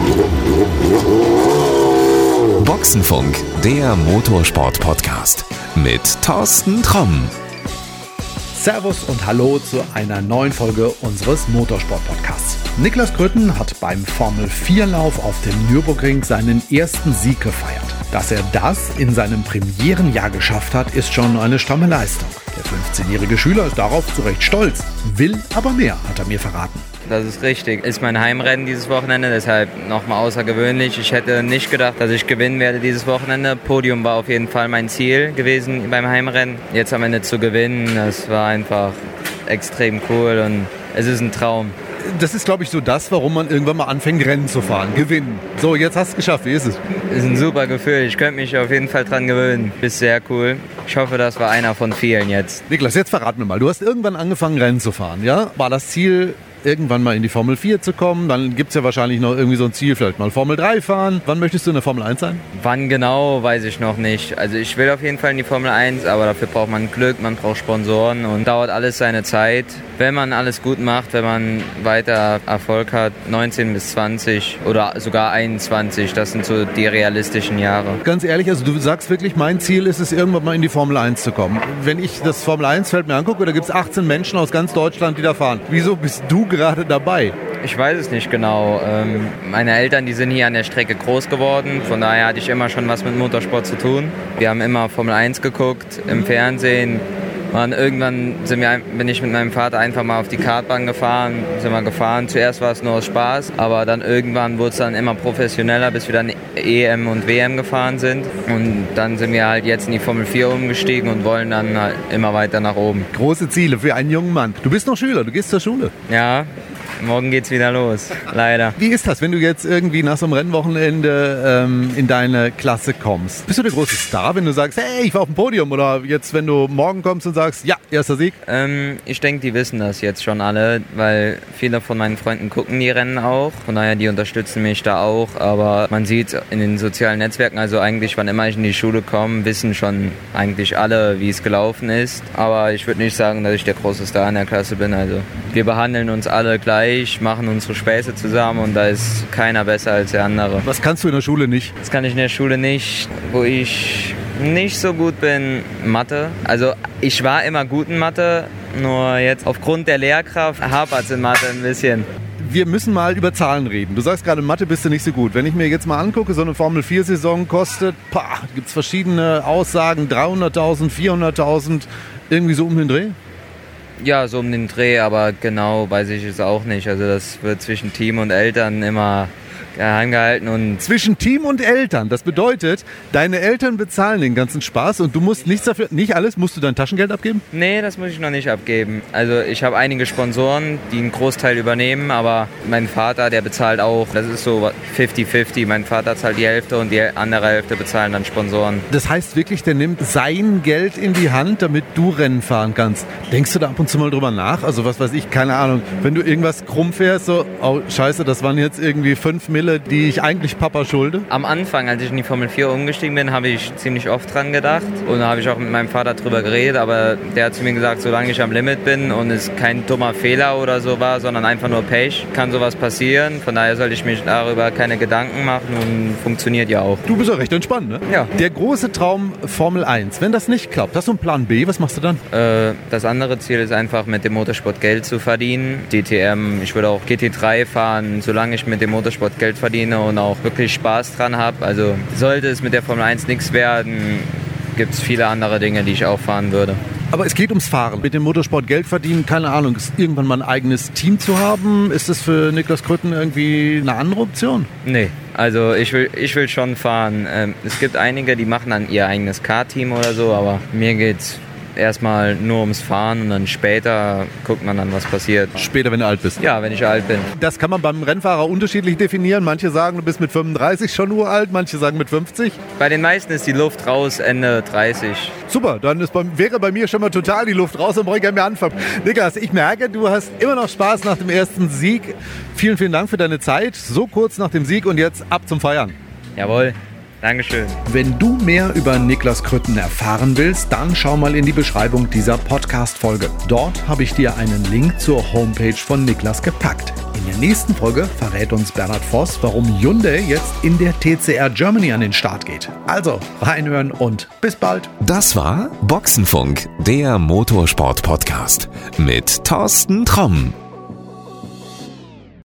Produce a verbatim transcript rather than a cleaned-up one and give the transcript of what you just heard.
Boxenfunk, der Motorsport-Podcast mit Thorsten Tromm. Servus und Hallo zu einer neuen Folge unseres Motorsport-Podcasts. Niklas Krütten hat beim Formel vier Lauf auf dem Nürburgring seinen ersten Sieg gefeiert. Dass er das in seinem Premierenjahr geschafft hat, ist schon eine stramme Leistung. Der fünfzehnjährige Schüler ist darauf zu Recht stolz, will aber mehr, hat er mir verraten. Das ist richtig. Ist mein Heimrennen dieses Wochenende, deshalb nochmal außergewöhnlich. Ich hätte nicht gedacht, dass ich gewinnen werde dieses Wochenende. Podium war auf jeden Fall mein Ziel gewesen beim Heimrennen. Jetzt am Ende zu gewinnen, das war einfach extrem cool und es ist ein Traum. Das ist, glaube ich, so das, warum man irgendwann mal anfängt, Rennen zu fahren, gewinnen. So, jetzt hast du es geschafft. Wie ist es? Das ist ein super Gefühl. Ich könnte mich auf jeden Fall dran gewöhnen. Ist sehr cool. Ich hoffe, das war einer von vielen jetzt. Niklas, jetzt verrat mir mal. Du hast irgendwann angefangen, Rennen zu fahren, ja? War das Ziel, irgendwann mal in die Formel vier zu kommen? Dann gibt es ja wahrscheinlich noch irgendwie so ein Ziel, vielleicht mal Formel drei fahren. Wann möchtest du in der Formel eins sein? Wann genau, weiß ich noch nicht. Also ich will auf jeden Fall in die Formel eins, aber dafür braucht man Glück, man braucht Sponsoren und dauert alles seine Zeit. Wenn man alles gut macht, wenn man weiter Erfolg hat, neunzehn bis zwanzig oder sogar einundzwanzig, das sind so die realistischen Jahre. Ganz ehrlich, also du sagst wirklich, mein Ziel ist es, irgendwann mal in die Formel eins zu kommen. Wenn ich das Formel eins Feld mir angucke, da gibt es achtzehn Menschen aus ganz Deutschland, die da fahren. Wieso bist du gerade dabei? Ich weiß es nicht genau. Ähm, meine Eltern, die sind hier an der Strecke groß geworden. Von daher hatte ich immer schon was mit Motorsport zu tun. Wir haben immer Formel eins geguckt, im Fernsehen. Und irgendwann sind wir, bin ich mit meinem Vater einfach mal auf die Kartbahn gefahren, sind wir gefahren. Zuerst war es nur aus Spaß, aber dann irgendwann wurde es dann immer professioneller, bis wir dann E M und W M gefahren sind. Und dann sind wir halt jetzt in die Formel vier umgestiegen und wollen dann halt immer weiter nach oben. Große Ziele für einen jungen Mann. Du bist noch Schüler, du gehst zur Schule. Ja. Morgen geht's wieder los, leider. Wie ist das, wenn du jetzt irgendwie nach so einem Rennwochenende ähm, in deine Klasse kommst? Bist du der große Star, wenn du sagst, hey, ich war auf dem Podium? Oder jetzt, wenn du morgen kommst und sagst, ja, erster Sieg? Ähm, ich denke, die wissen das jetzt schon alle, weil viele von meinen Freunden gucken die Rennen auch. Von daher, die unterstützen mich da auch. Aber man sieht in den sozialen Netzwerken, also eigentlich, wann immer ich in die Schule komme, wissen schon eigentlich alle, wie es gelaufen ist. Aber ich würde nicht sagen, dass ich der große Star in der Klasse bin. Also wir behandeln uns alle gleich, machen unsere Späße zusammen und da ist keiner besser als der andere. Was kannst du in der Schule nicht? Das kann ich in der Schule nicht. Wo ich nicht so gut bin, Mathe. Also ich war immer gut in Mathe, nur jetzt aufgrund der Lehrkraft hapert es in Mathe ein bisschen. Wir müssen mal über Zahlen reden. Du sagst gerade, Mathe bist du nicht so gut. Wenn ich mir jetzt mal angucke, so eine Formel vier Saison kostet, gibt es verschiedene Aussagen, dreihunderttausend, vierhunderttausend, irgendwie so um den Dreh? Ja, so um den Dreh, aber genau weiß ich es auch nicht. Also das wird zwischen Team und Eltern immer geheim gehalten. Und zwischen Team und Eltern, das bedeutet, deine Eltern bezahlen den ganzen Spaß und du musst nichts dafür, nicht alles, musst du dein Taschengeld abgeben? Nee, das muss ich noch nicht abgeben. Also ich habe einige Sponsoren, die einen Großteil übernehmen, aber mein Vater, der bezahlt auch. Das ist so fifty fifty. Mein Vater zahlt die Hälfte und die andere Hälfte bezahlen dann Sponsoren. Das heißt wirklich, der nimmt sein Geld in die Hand, damit du Rennen fahren kannst. Denkst du da ab und zu mal drüber nach? Also was weiß ich, keine Ahnung, wenn du irgendwas krumm fährst, so, oh scheiße, das waren jetzt irgendwie fünf Millionen, die ich eigentlich Papa schulde? Am Anfang, als ich in die Formel vier umgestiegen bin, habe ich ziemlich oft dran gedacht und da habe ich auch mit meinem Vater drüber geredet, aber der hat zu mir gesagt, solange ich am Limit bin und es kein dummer Fehler oder so war, sondern einfach nur Pech, kann sowas passieren. Von daher sollte ich mich darüber keine Gedanken machen und funktioniert ja auch. Du bist ja recht entspannt, ne? Ja. Der große Traum Formel eins, wenn das nicht klappt, hast du einen Plan B, was machst du dann? Äh, das andere Ziel ist einfach, mit dem Motorsport Geld zu verdienen. D T M, ich würde auch G T drei fahren, solange ich mit dem Motorsport Geld verdiene und auch wirklich Spaß dran habe. Also sollte es mit der Formel eins nichts werden, gibt es viele andere Dinge, die ich auch fahren würde. Aber es geht ums Fahren. Mit dem Motorsport Geld verdienen, keine Ahnung, ist irgendwann mal ein eigenes Team zu haben? Ist das für Niklas Krütten irgendwie eine andere Option? Nee, also ich will, ich will schon fahren. Ähm, es gibt einige, die machen dann ihr eigenes Kart-Team oder so, aber mir geht's erstmal nur ums Fahren und dann später guckt man dann, was passiert. Später, wenn du alt bist? Ja, wenn ich alt bin. Das kann man beim Rennfahrer unterschiedlich definieren. Manche sagen, du bist mit fünfunddreißig schon uralt, manche sagen mit fünfzig. Bei den meisten ist die Luft raus Ende dreißig. Super, dann ist bei, wäre bei mir schon mal total die Luft raus und brauche ich gar nicht mehr anfangen. Niklas, ich merke, du hast immer noch Spaß nach dem ersten Sieg. Vielen, vielen Dank für deine Zeit. So kurz nach dem Sieg und jetzt ab zum Feiern. Jawohl. Dankeschön. Wenn du mehr über Niklas Krütten erfahren willst, dann schau mal in die Beschreibung dieser Podcast-Folge. Dort habe ich dir einen Link zur Homepage von Niklas gepackt. In der nächsten Folge verrät uns Bernhard Voss, warum Hyundai jetzt in der T C R Germany an den Start geht. Also reinhören und bis bald. Das war Boxenfunk, der Motorsport-Podcast mit Thorsten Tromm.